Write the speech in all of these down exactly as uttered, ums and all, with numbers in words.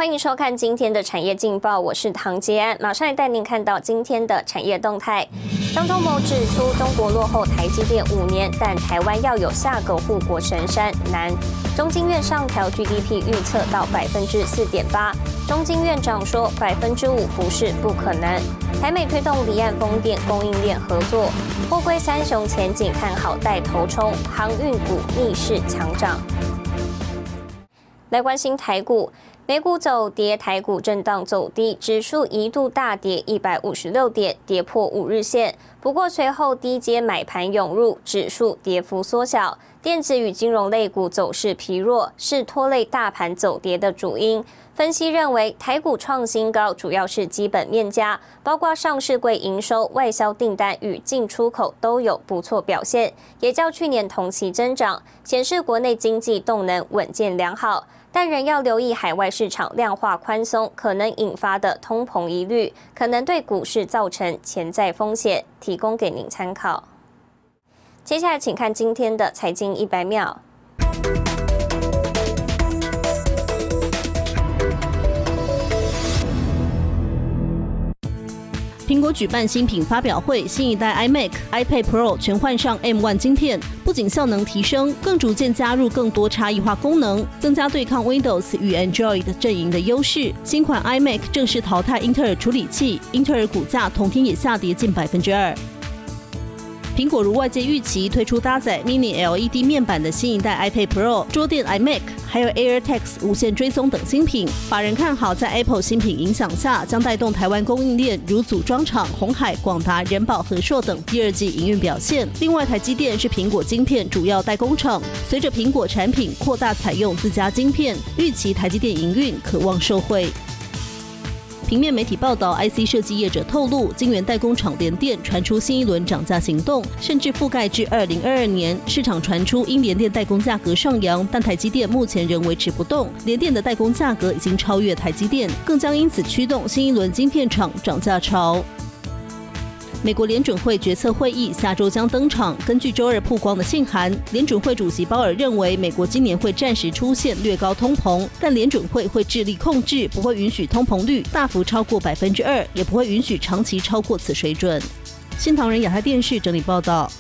欢迎收看今天的产业劲报，我是唐杰安，马上来带您看到今天的产业动态。张忠谋指出，中国落后台积电五年，但台湾要有下个护国神山难。中经院上调 G D P 预测到百分之四点八，中经院长说百分之五不是不可能。台美推动离岸风电供应链合作，货柜三雄前景看好带头冲，航运股逆势强涨。来关心台股。美股走跌，台股震荡走低，指数一度大跌一百五十六点，跌破五日线。不过随后低阶买盘涌入，指数跌幅缩小。电子与金融类股走势疲弱，是拖累大盘走跌的主因。分析认为，台股创新高主要是基本面佳，包括上市柜营收、外销订单与进出口都有不错表现，也较去年同期增长，显示国内经济动能稳健良好。但仍要留意海外市场量化宽松可能引发的通膨疑虑，可能对股市造成潜在风险，提供给您参考。接下来请看今天的财经一百秒。 苹果举办新品发表会，新一代 iMac、iPad Pro 全换上 M 一 晶片，不仅效能提升，更逐渐加入更多差异化功能，增加对抗 Windows 与 Android 阵营的优势。新款 iMac 正式淘汰英特尔处理器，英特尔股价同天也下跌近百分之二。苹果如外界预期推出搭载 Mini L E D 面板的新一代 iPad Pro、桌垫 iMac， 还有 AirTags 无线追踪等新品。法人看好，在 Apple 新品影响下，将带动台湾供应链如组装厂、鸿海、广达、仁宝、和硕等第二季营运表现。另外，台积电是苹果晶片主要代工厂，随着苹果产品扩大采用自家晶片，预期台积电营运可望受惠。平面媒体报道 ，I C 设计业者透露，晶圆代工厂联电传出新一轮涨价行动，甚至覆盖至二零二二年。市场传出因联电代工价格上扬，但台积电目前仍维持不动，联电的代工价格已经超越台积电，更将因此驱动新一轮晶片厂涨价潮。美国联准会决策会议下周将登场。根据周二曝光的信函，联准会主席鲍尔认为，美国今年会暂时出现略高通膨，但联准会会致力控制，不会允许通膨率大幅超过百分之二，也不会允许长期超过此水准。新唐人亚太电视整理报道。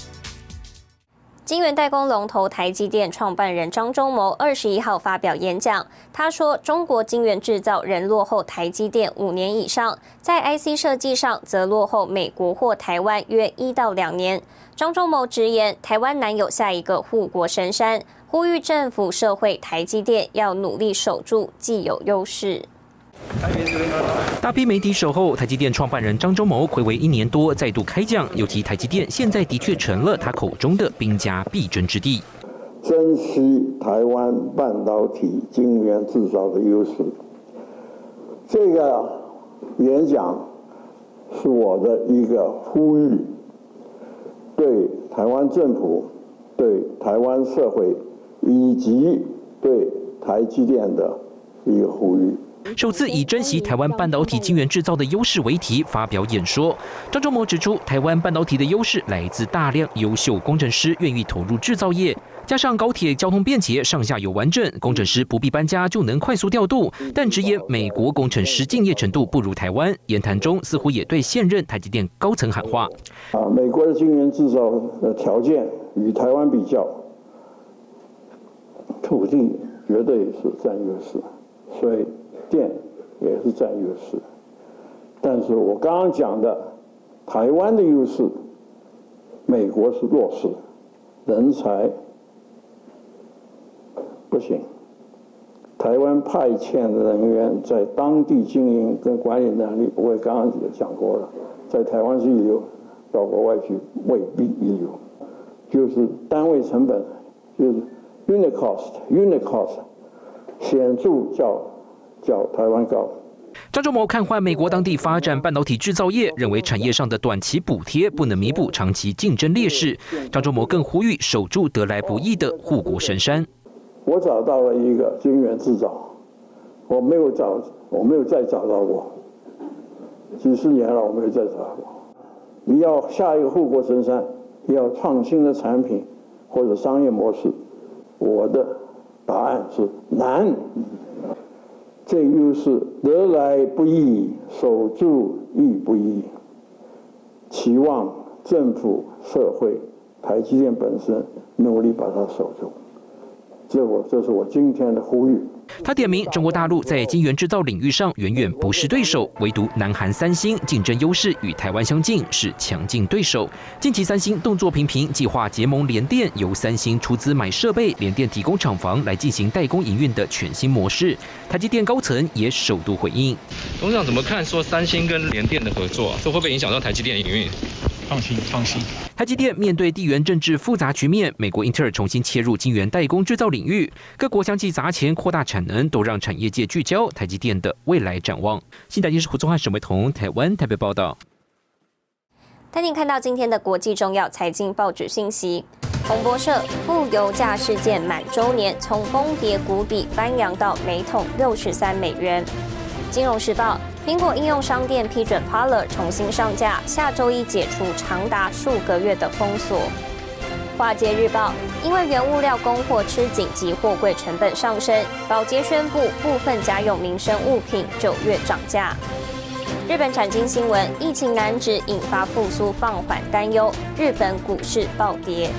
晶圆代工龙头台积电创办人张忠谋二十一号发表演讲，他说，中国晶圆制造仍落后台积电五年以上，在 I C 设计上则落后美国或台湾约一到两年。张忠谋直言，台湾难有下一个护国神山，呼吁政府、社会、台积电要努力守住既有优势。 大批媒体守候台积电创办人张忠谋睽违一年多再度开讲，尤其台积电现在的确成了他口中的兵家必争之地。 珍惜台湾半导体晶圆制造的优势。这个演讲是我的一个呼吁，对台湾政府、对台湾社会以及对台积电的一个呼吁。 首次以珍惜台湾半导体晶圆制造的优势为题发表演说，张忠谋指出，台湾半导体的优势来自大量优秀工程师愿意投入制造业，加上高铁交通便捷、上下游完整，工程师不必搬家就能快速调度。但直言美国工程师敬业程度不如台湾，言谈中似乎也对现任台积电高层喊话。 啊，美国的晶圆制造的条件与台湾比较，土地绝对是占优势，所以电也是占优势，但是我刚刚讲的台湾的优势，美国是弱势，人才不行。台湾派遣的人员在当地经营跟管理能力，我也刚刚也讲过了，在台湾是一流，到国外去未必一流，就是单位成本，就是 unit cost，unit cost 显著较。较台湾高。 张忠谋看坏美国当地发展半导体制造业，认为产业上的短期补贴不能弥补长期竞争劣势。张忠谋更呼吁守住得来不易的护国神山。 我找到了一个晶圆制造，我没有找，我没有再找到过，几十年了，我没有再找到过。你要下一个护国神山，要创新的产品或者商业模式，我的答案是难。 这优势得来不易，守住亦不易。期望政府、社会、台积电本身努力把它守住。这我这是我今天的呼吁。 他点名中国大陆在晶圆制造领域上远远不是对手，唯独南韩三星竞争优势与台湾相近，是强劲对手。近期三星动作频频，计划结盟联电，由三星出资买设备，联电提供厂房来进行代工营运的全新模式。台积电高层也首度回应。 董事长怎么看说三星跟联电的合作，这会不会影响到台积电营运？ 放心，放心。 台积电面对地缘政治复杂局面，美国英特尔重新切入晶圆代工制造领域，各国相继砸钱扩大产能，都让产业界聚焦台积电的未来展望。新台电视胡宗汉、沈维彤，台湾台北报道。 带您看到今天的国际重要财经报纸信息。彭博社：负油价事件满周年，从崩跌谷底翻扬到每桶六十三美元。金融时报：苹果应用商店批准 Parler 重新上架，下周一解除长达数个月的封锁。华尔街日报：因为原物料供货吃紧及货柜成本上升，宝洁宣布部分家用民生物品九月涨价。日本产经新闻：疫情难止，引发复苏放缓担忧，日本股市暴跌。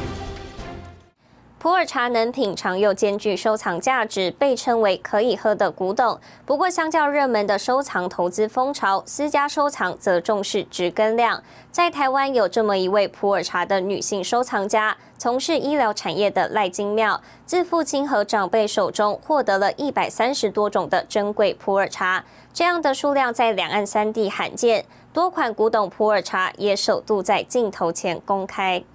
普洱茶能品尝又兼具收藏价值，被称为可以喝的古董。不过，相较热门的收藏投资风潮，私家收藏则重视质跟量。在台湾有这么一位普洱茶的女性收藏家，从事医疗产业的赖金妙，自父亲和长辈手中获得了一百三十多种的珍贵普洱茶，这样的数量在两岸三地罕见。多款古董普洱茶也首度在镜头前公开。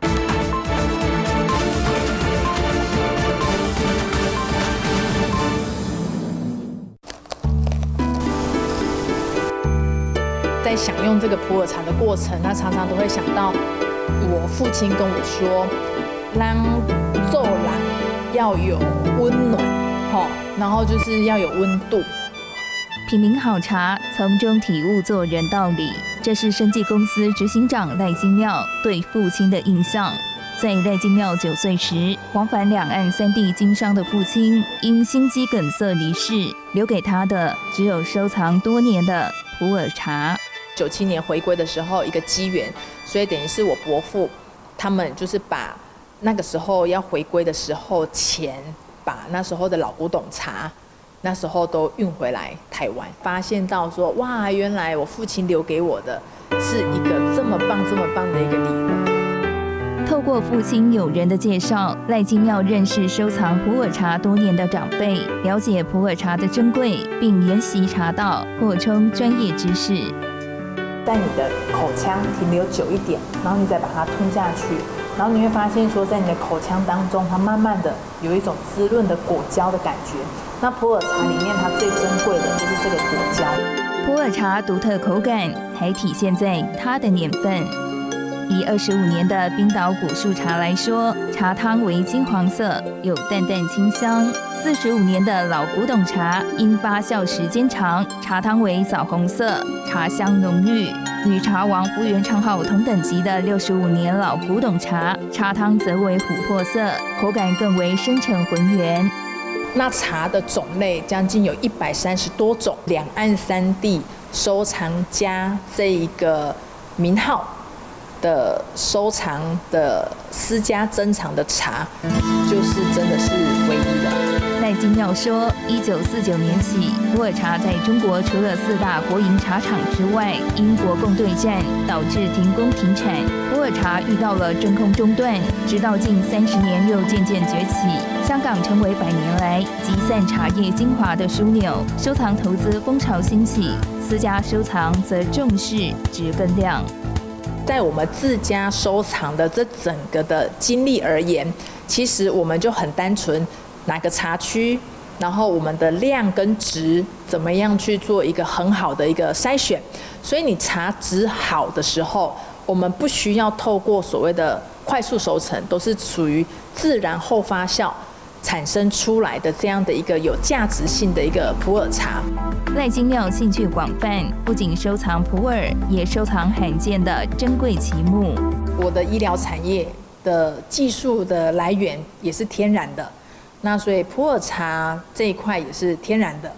在享用这个普洱茶的过程，他常常都会想到我父亲跟我说，让做人要有温暖，吼，然后就是要有温度。 品茗好茶，从中体悟做人道理，这是生技公司执行长赖金妙对父亲的印象。在赖金妙九岁时，往返两岸三地经商的父亲因心肌梗塞离世，留给他的只有收藏多年的普洱茶。 九七年回归的时候，一个机缘，所以等于是我伯父他们就是把那个时候要回归的时候钱，把那时候的老古董茶，那时候都运回来台湾，发现到说哇，原来我父亲留给我的是一个这么棒、这么棒的一个礼物。 透过父亲友人的介绍，赖金妙认识收藏普洱茶多年的长辈，了解普洱茶的珍贵，并研习茶道，扩充专业知识。 在你的口腔停留久一点，然后你再把它吞下去，然后你会发现说，在你的口腔当中，它慢慢的有一种滋润的果胶的感觉。那普洱茶里面它最珍贵的就是这个果胶。 普洱茶独特口感，还体现在它的年份。以二十五年的冰岛古树茶来说，茶汤为金黄色，有淡淡清香；四十五年的老古董茶，因发酵时间长，茶汤为枣红色，茶香浓郁。与茶王福源昌号同等级的六十五年老古董茶，茶汤则为琥珀色，口感更为深沉浑圆。 那茶的种类将近有一百三十多种，两岸三地收藏家这一个名号的收藏的私家珍藏的茶，就是真的是唯一的。 赖金妙说，一九四九年起，普洱茶在中国除了四大国营茶厂之外，因国共对战导致停工停产，普洱茶遇到了真空中断，直到近三十年又渐渐崛起。香港成为百年来集散茶叶精华的枢纽，收藏投资风潮兴起，私家收藏则重视质跟量。 在我们自家收藏的这整个的经历而言，其实我们就很单纯，哪个茶区，然后我们的量跟质怎么样去做一个很好的一个筛选。所以你茶质好的时候，我们不需要透过所谓的快速熟成，都是属于自然后发酵产生出来的这样的一个有价值性的一个普洱茶。 赖金妙兴趣广泛，不仅收藏普洱，也收藏罕见的珍贵奇木。 我的医疗产业的技术的来源也是天然的，那所以普洱茶这一块也是天然的。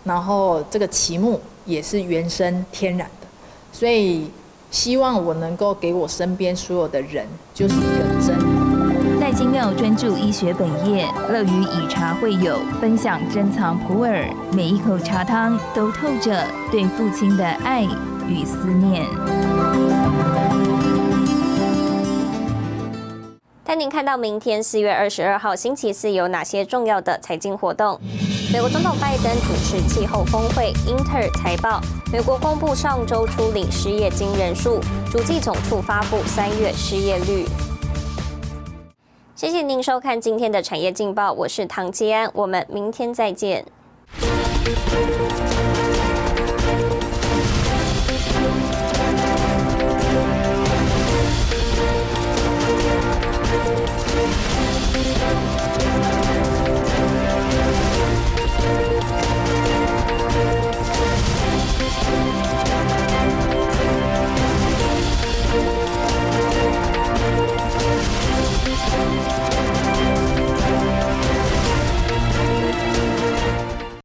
然后这个期木也是原生天然的，所以希望我能够给我身边所有的人就是一个真。 赖金妙专注医学本业，乐于以茶会友，分享珍藏普洱，每一口茶汤都透着对父亲的爱与思念。 带您看到明天四月二十二号星期四有哪些重要的财经活动。美国总统拜登主持气候峰会，英特尔财报，美国公布上周初领失业金人数，主计总处发布三月失业率。谢谢您收看今天的产业劲报，我是唐吉安，我们明天再见。